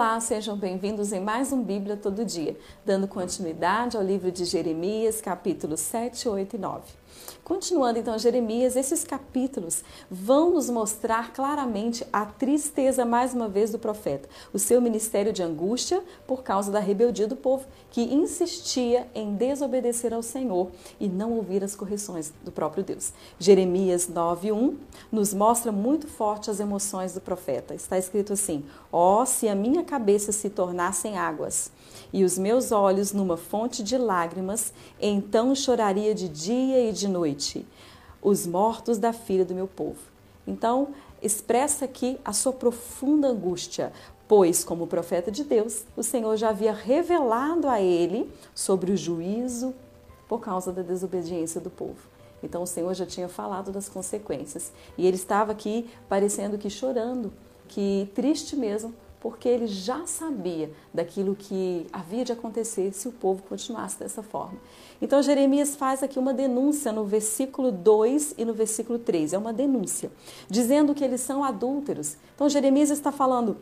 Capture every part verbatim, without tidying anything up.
Olá, sejam bem-vindos em mais um Bíblia Todo Dia, dando continuidade ao livro de Jeremias, capítulos sete, oito e nove. Continuando então Jeremias, esses capítulos vão nos mostrar claramente a tristeza mais uma vez do profeta, o seu ministério de angústia por causa da rebeldia do povo, que insistia em desobedecer ao Senhor e não ouvir as correções do próprio Deus. Jeremias nove, um nos mostra muito forte as emoções do profeta. Está escrito assim: ó, se a minha cabeça se tornassem águas e os meus olhos numa fonte de lágrimas, então choraria de dia e de noite os mortos da filha do meu povo. Então, expressa aqui a sua profunda angústia, pois, como profeta de Deus, o Senhor já havia revelado a ele sobre o juízo por causa da desobediência do povo. Então, o Senhor já tinha falado das consequências. E ele estava aqui parecendo que chorando, que triste mesmo, porque ele já sabia daquilo que havia de acontecer se o povo continuasse dessa forma. Então Jeremias faz aqui uma denúncia no versículo dois e no versículo três, é uma denúncia, dizendo que eles são adúlteros. Então Jeremias está falando,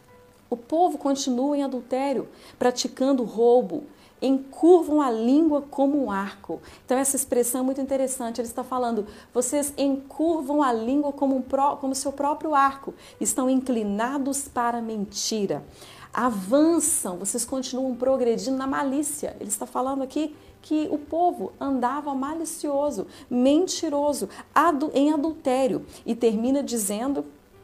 o povo continua em adultério, praticando roubo, encurvam a língua como um arco. Então essa expressão é muito interessante, ele está falando, vocês encurvam a língua como, um pró, como seu próprio arco, estão inclinados para a mentira, avançam, vocês continuam progredindo na malícia. Ele está falando aqui que o povo andava malicioso, mentiroso, adu, em adultério, e termina dizendo,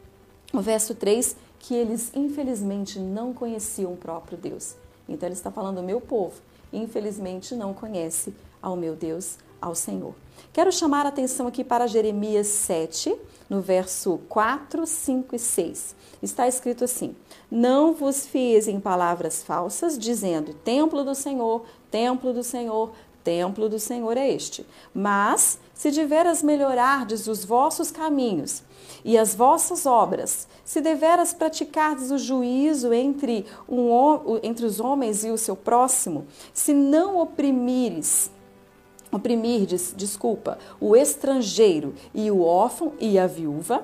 no verso três, que eles infelizmente não conheciam o próprio Deus. Então ele está falando, o meu povo, infelizmente não conhece ao meu Deus, ao Senhor. Quero chamar a atenção aqui para Jeremias sete, no verso quatro, cinco e seis. Está escrito assim: não vos fies em palavras falsas, dizendo, templo do Senhor, templo do Senhor, templo do Senhor é este. Mas, se deveras melhorardes os vossos caminhos e as vossas obras, se deveras praticardes o juízo entre, um, entre os homens e o seu próximo, se não oprimires, oprimirdes, desculpa, o estrangeiro e o órfão e a viúva,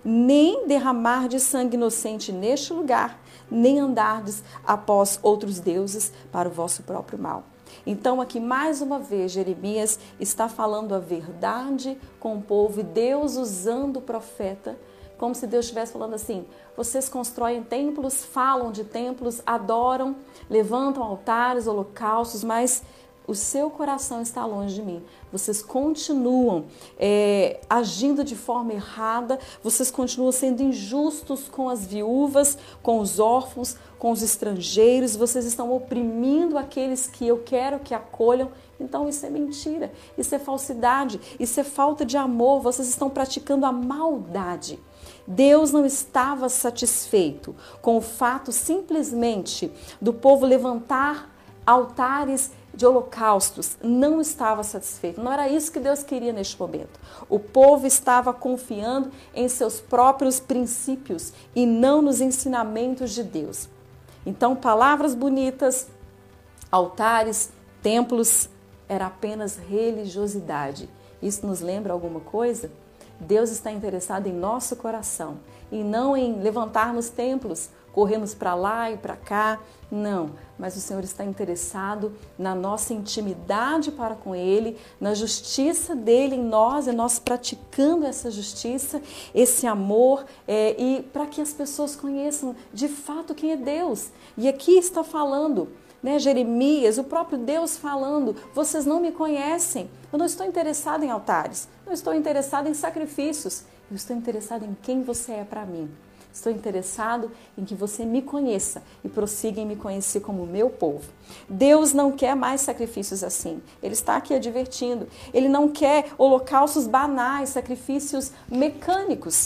nem derramardes sangue inocente neste lugar, nem andardes após outros deuses para o vosso próprio mal. Então aqui mais uma vez Jeremias está falando a verdade com o povo e Deus usando o profeta, como se Deus estivesse falando assim, vocês constroem templos, falam de templos, adoram, levantam altares, holocaustos, mas o seu coração está longe de mim. Vocês continuam é, agindo de forma errada, vocês continuam sendo injustos com as viúvas, com os órfãos, com os estrangeiros, vocês estão oprimindo aqueles que eu quero que acolham. Então isso é mentira, isso é falsidade, isso é falta de amor, vocês estão praticando a maldade. Deus não estava satisfeito com o fato simplesmente do povo levantar altares de holocaustos, não estava satisfeito, não era isso que Deus queria neste momento. O povo estava confiando em seus próprios princípios e não nos ensinamentos de Deus. Então, palavras bonitas, altares, templos, era apenas religiosidade. Isso nos lembra alguma coisa? Deus está interessado em nosso coração e não em levantarmos templos, corrermos para lá e para cá, não. Mas o Senhor está interessado na nossa intimidade para com Ele, na justiça dEle em nós, e nós praticando essa justiça, esse amor, é, e para que as pessoas conheçam de fato quem é Deus. E aqui está falando, né, Jeremias, o próprio Deus falando, vocês não me conhecem, eu não estou interessado em altares, não estou interessado em sacrifícios, eu estou interessado em quem você é para mim. Estou interessado em que você me conheça e prossiga em me conhecer como meu povo. Deus não quer mais sacrifícios assim. Ele está aqui advertindo. Ele não quer holocaustos banais, sacrifícios mecânicos,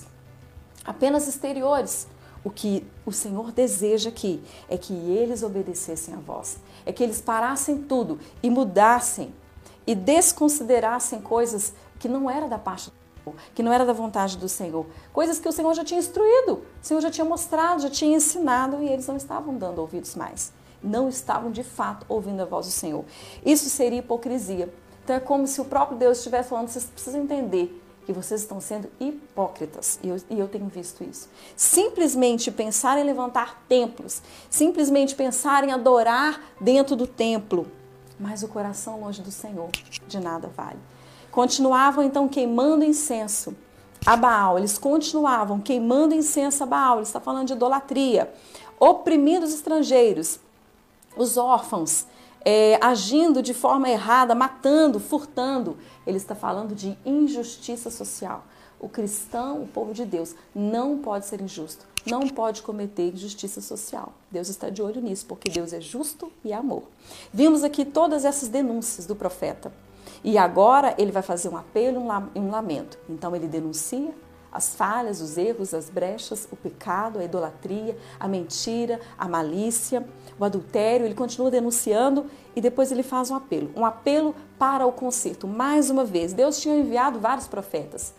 apenas exteriores. O que o Senhor deseja aqui é que eles obedecessem a voz. É que eles parassem tudo e mudassem e desconsiderassem coisas que não era da parte do que não era da vontade do Senhor, coisas que o Senhor já tinha instruído, o Senhor já tinha mostrado, já tinha ensinado e eles não estavam dando ouvidos mais, não estavam de fato ouvindo a voz do Senhor. Isso seria hipocrisia. Então é como se o próprio Deus estivesse falando, vocês precisam entender e vocês estão sendo hipócritas, e eu, e eu tenho visto isso. Simplesmente pensar em levantar templos, simplesmente pensar em adorar dentro do templo, mas o coração longe do Senhor de nada vale. Continuavam então queimando incenso a Baal, eles continuavam queimando incenso a Baal, ele está falando de idolatria, oprimindo os estrangeiros, os órfãos, é, agindo de forma errada, matando, furtando. Ele está falando de injustiça social. O cristão, o povo de Deus, não pode ser injusto, não pode cometer injustiça social. Deus está de olho nisso, porque Deus é justo e é amor. Vimos aqui todas essas denúncias do profeta. E agora ele vai fazer um apelo e um lamento. Então ele denuncia as falhas, os erros, as brechas, o pecado, a idolatria, a mentira, a malícia, o adultério. Ele continua denunciando e depois ele faz um apelo. Um apelo para o conserto. Mais uma vez, Deus tinha enviado vários profetas.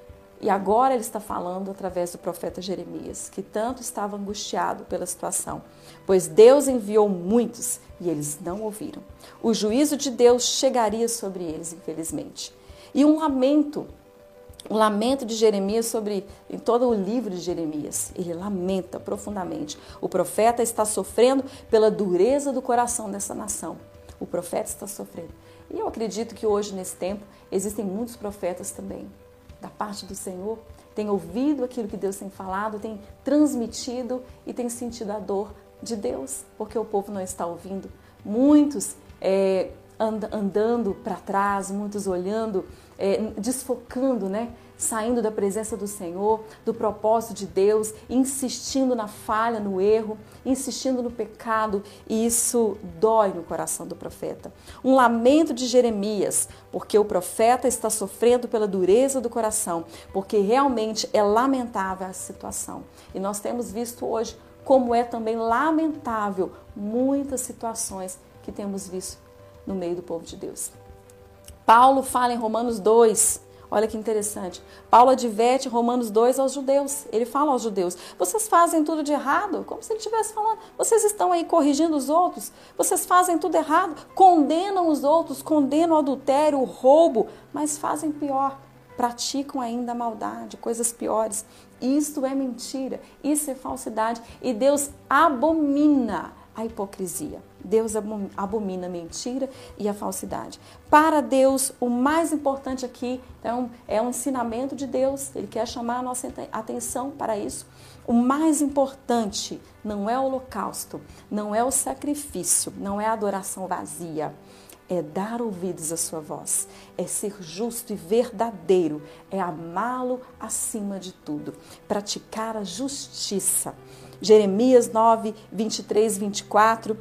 E agora ele está falando através do profeta Jeremias, que tanto estava angustiado pela situação, pois Deus enviou muitos e eles não ouviram. O juízo de Deus chegaria sobre eles, infelizmente. E um lamento, um lamento de Jeremias sobre, em todo o livro de Jeremias, ele lamenta profundamente. O profeta está sofrendo pela dureza do coração dessa nação. O profeta está sofrendo. E eu acredito que hoje, nesse tempo, existem muitos profetas também, da parte do Senhor, tem ouvido aquilo que Deus tem falado, tem transmitido e tem sentido a dor de Deus, porque o povo não está ouvindo. Muitos é, and, andando para trás, muitos olhando, é, desfocando, né? Saindo da presença do Senhor, do propósito de Deus, insistindo na falha, no erro, insistindo no pecado, e isso dói no coração do profeta. Um lamento de Jeremias, porque o profeta está sofrendo pela dureza do coração, porque realmente é lamentável a situação. E nós temos visto hoje como é também lamentável muitas situações que temos visto no meio do povo de Deus. Paulo fala em Romanos dois, olha que interessante. Paulo adverte em Romanos dois aos judeus. Ele fala aos judeus, vocês fazem tudo de errado, como se ele estivesse falando. Vocês estão aí corrigindo os outros, vocês fazem tudo errado, condenam os outros, condenam o adultério, o roubo, mas fazem pior, praticam ainda a maldade, coisas piores. Isto é mentira, isso é falsidade e Deus abomina a hipocrisia. Deus abomina a mentira e a falsidade. Para Deus, o mais importante aqui então, é um ensinamento de Deus. Ele quer chamar a nossa atenção para isso. O mais importante não é o holocausto, não é o sacrifício, não é a adoração vazia. É dar ouvidos à sua voz, é ser justo e verdadeiro, é amá-lo acima de tudo, praticar a justiça. Jeremias nove, vinte e três, vinte e quatro,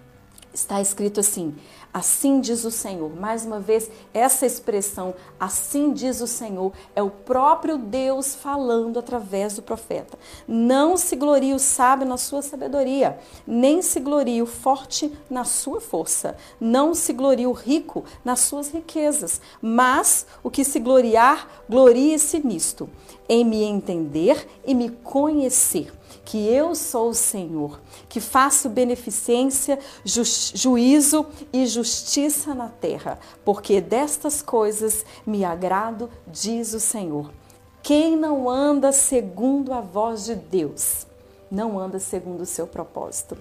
está escrito assim, assim diz o Senhor. Mais uma vez, essa expressão, assim diz o Senhor, é o próprio Deus falando através do profeta. Não se glorie o sábio na sua sabedoria, nem se glorie o forte na sua força, não se glorie o rico nas suas riquezas, mas o que se gloriar, glorie-se nisto, em me entender e me conhecer, que eu sou o Senhor, que faço beneficência, ju juízo e justiça na terra, porque destas coisas me agrado, diz o Senhor. Quem não anda segundo a voz de Deus, não anda segundo o seu propósito.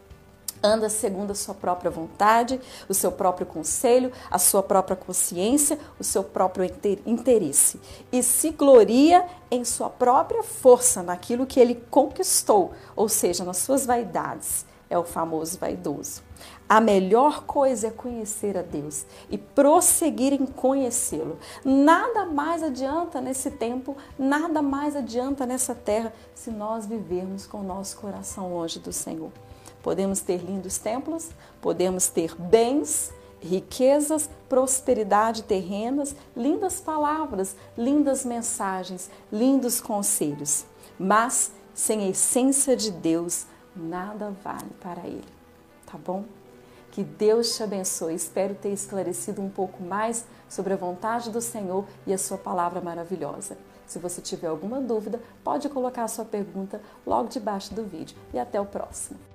Anda segundo a sua própria vontade, o seu próprio conselho, a sua própria consciência, o seu próprio interesse. E se gloria em sua própria força, naquilo que ele conquistou, ou seja, nas suas vaidades. É o famoso vaidoso. A melhor coisa é conhecer a Deus e prosseguir em conhecê-lo. Nada mais adianta nesse tempo, nada mais adianta nessa terra, se nós vivermos com o nosso coração longe do Senhor. Podemos ter lindos templos, podemos ter bens, riquezas, prosperidade terrenas, lindas palavras, lindas mensagens, lindos conselhos. Mas sem a essência de Deus, nada vale para Ele. Tá bom? Que Deus te abençoe. Espero ter esclarecido um pouco mais sobre a vontade do Senhor e a sua palavra maravilhosa. Se você tiver alguma dúvida, pode colocar a sua pergunta logo debaixo do vídeo. E até o próximo.